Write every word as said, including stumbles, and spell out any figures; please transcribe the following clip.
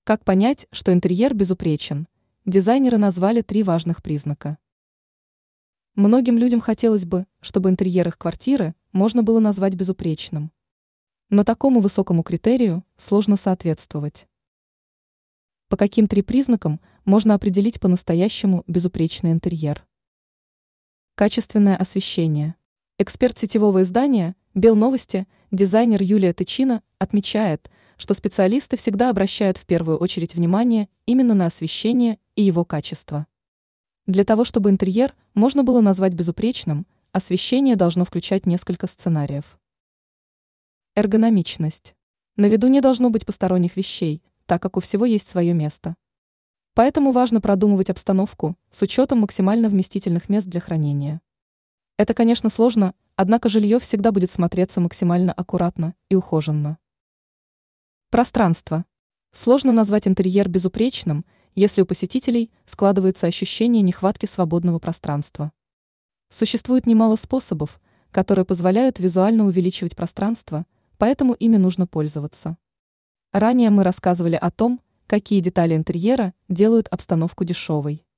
Как понять, что интерьер безупречен? Дизайнеры назвали три важных признака. Многим людям хотелось бы, чтобы интерьер их квартиры можно было назвать безупречным. Но такому высокому критерию сложно соответствовать. По каким три признакам можно определить по-настоящему безупречный интерьер? Качественное освещение. Эксперт сетевого издания «Белновости», дизайнер Юлия Тычина, отмечает, что специалисты всегда обращают в первую очередь внимание именно на освещение и его качество. Для того, чтобы интерьер можно было назвать безупречным, освещение должно включать несколько сценариев. Эргономичность. На виду не должно быть посторонних вещей, так как у всего есть свое место. Поэтому важно продумывать обстановку с учетом максимально вместительных мест для хранения. Это, конечно, сложно, однако жилье всегда будет смотреться максимально аккуратно и ухоженно. Пространство. Сложно назвать интерьер безупречным, если у посетителей складывается ощущение нехватки свободного пространства. Существует немало способов, которые позволяют визуально увеличивать пространство, поэтому ими нужно пользоваться. Ранее мы рассказывали о том, какие детали интерьера делают обстановку дешевой.